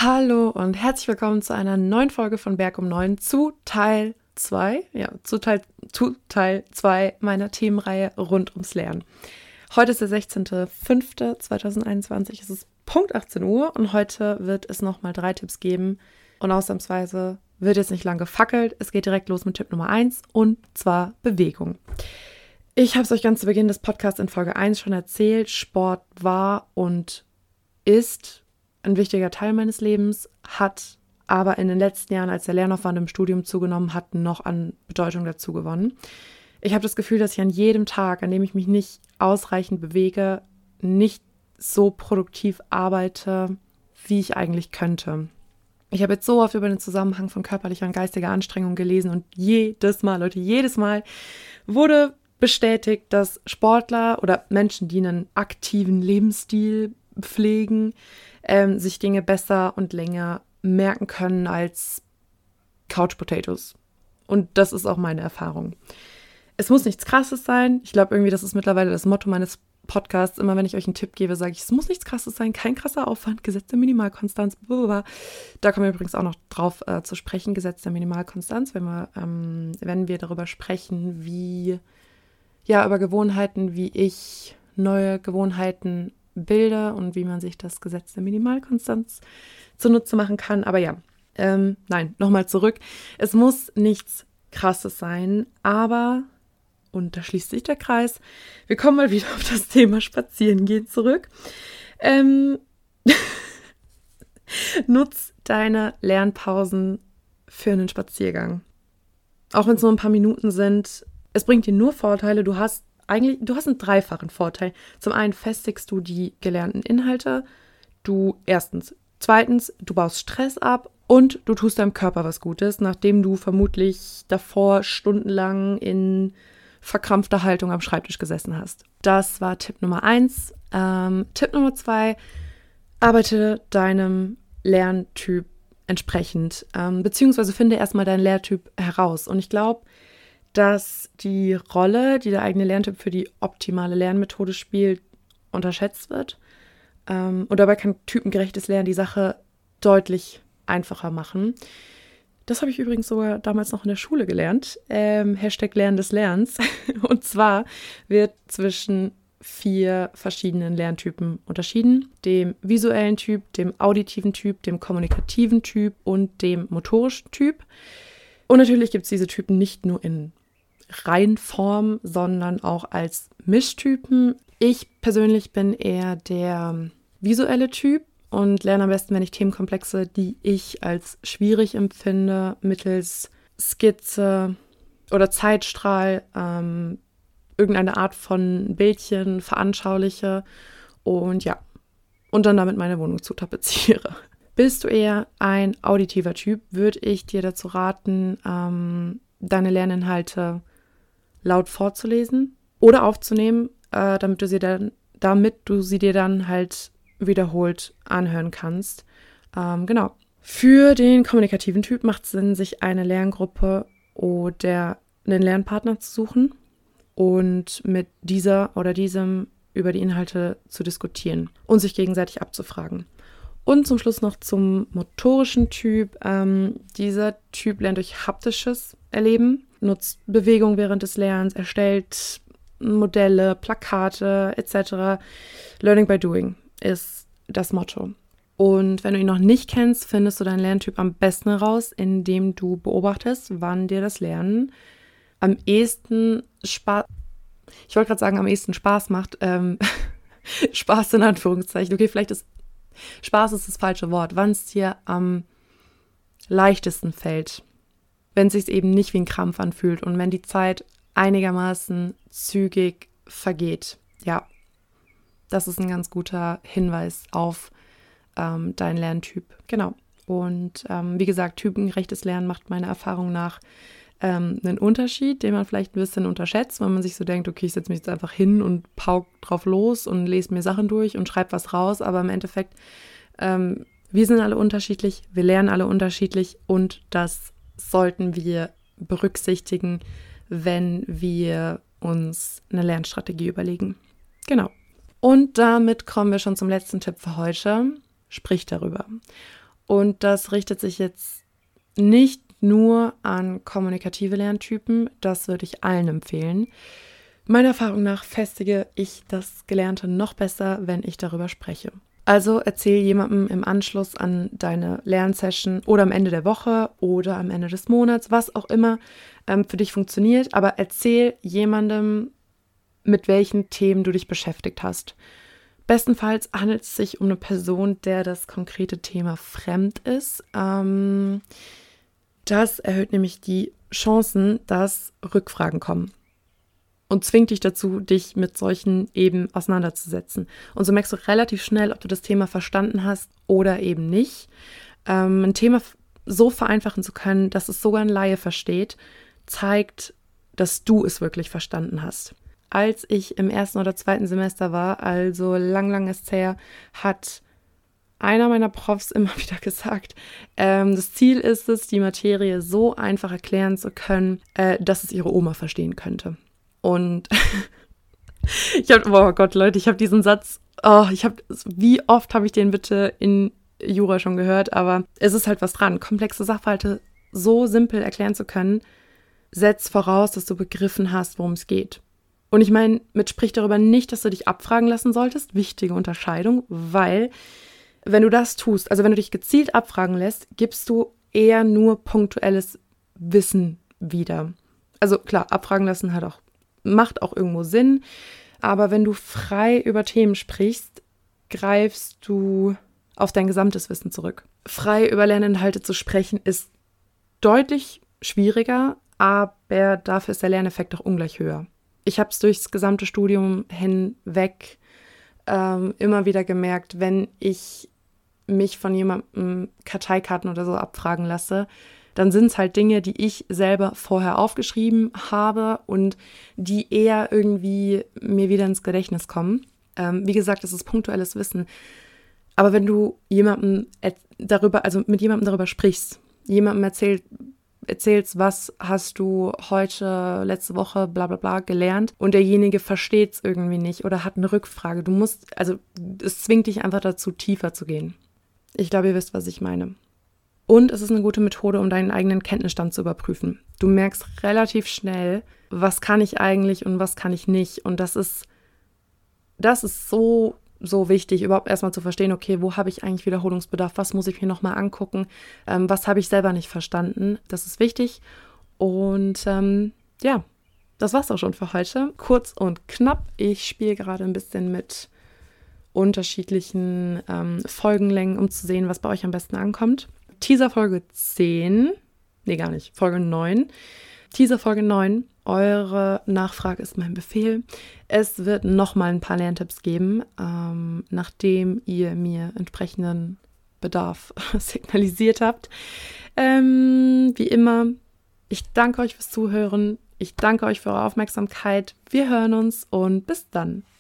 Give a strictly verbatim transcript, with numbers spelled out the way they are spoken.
Hallo und herzlich willkommen zu einer neuen Folge von Berg um neun zu Teil zwei, ja, zu Teil, zu Teil zwei meiner Themenreihe rund ums Lernen. Heute ist der sechzehnter fünfter zweitausendeinundzwanzig, es ist Punkt achtzehn Uhr und heute wird es nochmal drei Tipps geben und ausnahmsweise wird jetzt nicht lang gefackelt, es geht direkt los mit Tipp Nummer eins und zwar Bewegung. Ich habe es euch ganz zu Beginn des Podcasts in Folge eins schon erzählt, Sport war und ist ein wichtiger Teil meines Lebens, hat aber in den letzten Jahren, als der Lernaufwand im Studium zugenommen hat, noch an Bedeutung dazu gewonnen. Ich habe das Gefühl, dass ich an jedem Tag, an dem ich mich nicht ausreichend bewege, nicht so produktiv arbeite, wie ich eigentlich könnte. Ich habe jetzt so oft über den Zusammenhang von körperlicher und geistiger Anstrengung gelesen und jedes Mal, Leute, jedes Mal wurde bestätigt, dass Sportler oder Menschen, die einen aktiven Lebensstil pflegen, ähm, sich Dinge besser und länger merken können als Couch Potatoes. Und das ist auch meine Erfahrung. Es muss nichts Krasses sein. Ich glaube irgendwie, das ist mittlerweile das Motto meines Podcasts. Immer wenn ich euch einen Tipp gebe, sage ich, es muss nichts Krasses sein, kein krasser Aufwand, Gesetz der Minimalkonstanz, blablabla. Da kommen wir übrigens auch noch drauf äh, zu sprechen, Gesetz der Minimalkonstanz, wenn wir, ähm, wenn wir darüber sprechen, wie, ja, über Gewohnheiten, wie ich neue Gewohnheiten bilde und wie man sich das Gesetz der Minimalkonstanz zunutze machen kann. Aber ja, ähm, nein, nochmal zurück. Es muss nichts Krasses sein, aber, und da schließt sich der Kreis, wir kommen mal wieder auf das Thema Spazierengehen zurück. Ähm, nutz deine Lernpausen für einen Spaziergang. Auch wenn es nur ein paar Minuten sind, es bringt dir nur Vorteile. Du hast Eigentlich, du hast einen dreifachen Vorteil. Zum einen festigst du die gelernten Inhalte. Du erstens. Zweitens, du baust Stress ab und du tust deinem Körper was Gutes, nachdem du vermutlich davor stundenlang in verkrampfter Haltung am Schreibtisch gesessen hast. Das war Tipp Nummer eins. Ähm, Tipp Nummer zwei, arbeite deinem Lerntyp entsprechend, ähm, beziehungsweise finde erstmal deinen Lehrtyp heraus. Und ich glaube, dass die Rolle, die der eigene Lerntyp für die optimale Lernmethode spielt, unterschätzt wird. Ähm, und dabei kann typengerechtes Lernen die Sache deutlich einfacher machen. Das habe ich übrigens sogar damals noch in der Schule gelernt. Ähm, Hashtag Lernen des Lernens. Und zwar wird zwischen vier verschiedenen Lerntypen unterschieden. Dem visuellen Typ, dem auditiven Typ, dem kommunikativen Typ und dem motorischen Typ. Und natürlich gibt es diese Typen nicht nur in Reihenform, sondern auch als Mischtypen. Ich persönlich bin eher der visuelle Typ und lerne am besten, wenn ich Themenkomplexe, die ich als schwierig empfinde, mittels Skizze oder Zeitstrahl ähm, irgendeine Art von Bildchen veranschauliche und ja, und dann damit meine Wohnung zutapeziere. Bist du eher ein auditiver Typ, würde ich dir dazu raten, ähm, deine Lerninhalte laut vorzulesen oder aufzunehmen, äh, damit du sie dann, damit du sie dir dann halt wiederholt anhören kannst. Ähm, genau. Für den kommunikativen Typ macht es Sinn, sich eine Lerngruppe oder einen Lernpartner zu suchen und mit dieser oder diesem über die Inhalte zu diskutieren und sich gegenseitig abzufragen. Und zum Schluss noch zum motorischen Typ. Ähm, dieser Typ lernt durch haptisches Erleben, nutzt Bewegung während des Lernens, erstellt Modelle, Plakate et cetera. Learning by doing ist das Motto. Und wenn du ihn noch nicht kennst, findest du deinen Lerntyp am besten heraus, indem du beobachtest, wann dir das Lernen am ehesten Spaß, ich wollte gerade sagen, am ehesten Spaß macht, ähm, Spaß in Anführungszeichen. Okay, vielleicht ist Spaß ist das falsche Wort, wann es dir am leichtesten fällt, wenn es sich eben nicht wie ein Krampf anfühlt und wenn die Zeit einigermaßen zügig vergeht. Ja, das ist ein ganz guter Hinweis auf ähm, deinen Lerntyp. Genau. Und ähm, wie gesagt, typengerechtes Lernen macht meiner Erfahrung nach ähm, einen Unterschied, den man vielleicht ein bisschen unterschätzt, weil man sich so denkt, okay, ich setze mich jetzt einfach hin und pauk drauf los und lese mir Sachen durch und schreibe was raus, aber im Endeffekt, ähm, wir sind alle unterschiedlich, wir lernen alle unterschiedlich und das sollten wir berücksichtigen, wenn wir uns eine Lernstrategie überlegen. Genau. Und damit kommen wir schon zum letzten Tipp für heute. Sprich darüber. Und das richtet sich jetzt nicht nur an kommunikative Lerntypen, das würde ich allen empfehlen. Meiner Erfahrung nach festige ich das Gelernte noch besser, wenn ich darüber spreche. Also erzähl jemandem im Anschluss an deine Lernsession oder am Ende der Woche oder am Ende des Monats, was auch immer ähm, für dich funktioniert, aber erzähl jemandem, mit welchen Themen du dich beschäftigt hast. Bestenfalls handelt es sich um eine Person, der das konkrete Thema fremd ist. Ähm, das erhöht nämlich die Chancen, dass Rückfragen kommen. Und zwingt dich dazu, dich mit solchen eben auseinanderzusetzen. Und so merkst du relativ schnell, ob du das Thema verstanden hast oder eben nicht. Ähm, ein Thema so vereinfachen zu können, dass es sogar ein Laie versteht, zeigt, dass du es wirklich verstanden hast. Als ich im ersten oder zweiten Semester war, also lang, lang ist her, hat einer meiner Profs immer wieder gesagt, ähm, das Ziel ist es, die Materie so einfach erklären zu können, äh, dass es ihre Oma verstehen könnte. Und ich habe, oh Gott, Leute, ich habe diesen Satz, oh, ich habe, wie oft habe ich den bitte in Jura schon gehört, aber es ist halt was dran. Komplexe Sachverhalte so simpel erklären zu können, setzt voraus, dass du begriffen hast, worum es geht. Und ich meine, mit sprich darüber nicht, dass du dich abfragen lassen solltest, wichtige Unterscheidung, weil wenn du das tust, also wenn du dich gezielt abfragen lässt, gibst du eher nur punktuelles Wissen wieder. Also klar, abfragen lassen hat auch macht auch irgendwo Sinn, aber wenn du frei über Themen sprichst, greifst du auf dein gesamtes Wissen zurück. Frei über Lerninhalte zu sprechen ist deutlich schwieriger, aber dafür ist der Lerneffekt auch ungleich höher. Ich habe es durchs gesamte Studium hinweg ähm, immer wieder gemerkt, wenn ich mich von jemandem Karteikarten oder so abfragen lasse, dann sind es halt Dinge, die ich selber vorher aufgeschrieben habe und die eher irgendwie mir wieder ins Gedächtnis kommen. Ähm, wie gesagt, es ist punktuelles Wissen. Aber wenn du jemandem darüber, also mit jemandem darüber sprichst, jemandem erzählt, erzählst, was hast du heute, letzte Woche, bla bla bla gelernt und derjenige versteht es irgendwie nicht oder hat eine Rückfrage. Du musst, also es zwingt dich einfach dazu, tiefer zu gehen. Ich glaube, ihr wisst, was ich meine. Und es ist eine gute Methode, um deinen eigenen Kenntnisstand zu überprüfen. Du merkst relativ schnell, was kann ich eigentlich und was kann ich nicht. Und das ist, das ist so, so wichtig, überhaupt erstmal zu verstehen, okay, wo habe ich eigentlich Wiederholungsbedarf, was muss ich mir nochmal angucken, ähm, was habe ich selber nicht verstanden. Das ist wichtig. Und ähm, ja, das war's auch schon für heute. Kurz und knapp. Ich spiele gerade ein bisschen mit unterschiedlichen ähm, Folgenlängen, um zu sehen, was bei euch am besten ankommt. Teaser Folge zehn, nee, gar nicht, Folge neun. Teaser Folge neun, eure Nachfrage ist mein Befehl. Es wird nochmal ein paar Lerntipps geben, ähm, nachdem ihr mir entsprechenden Bedarf signalisiert habt. Ähm, wie immer, ich danke euch fürs Zuhören. Ich danke euch für eure Aufmerksamkeit. Wir hören uns und bis dann.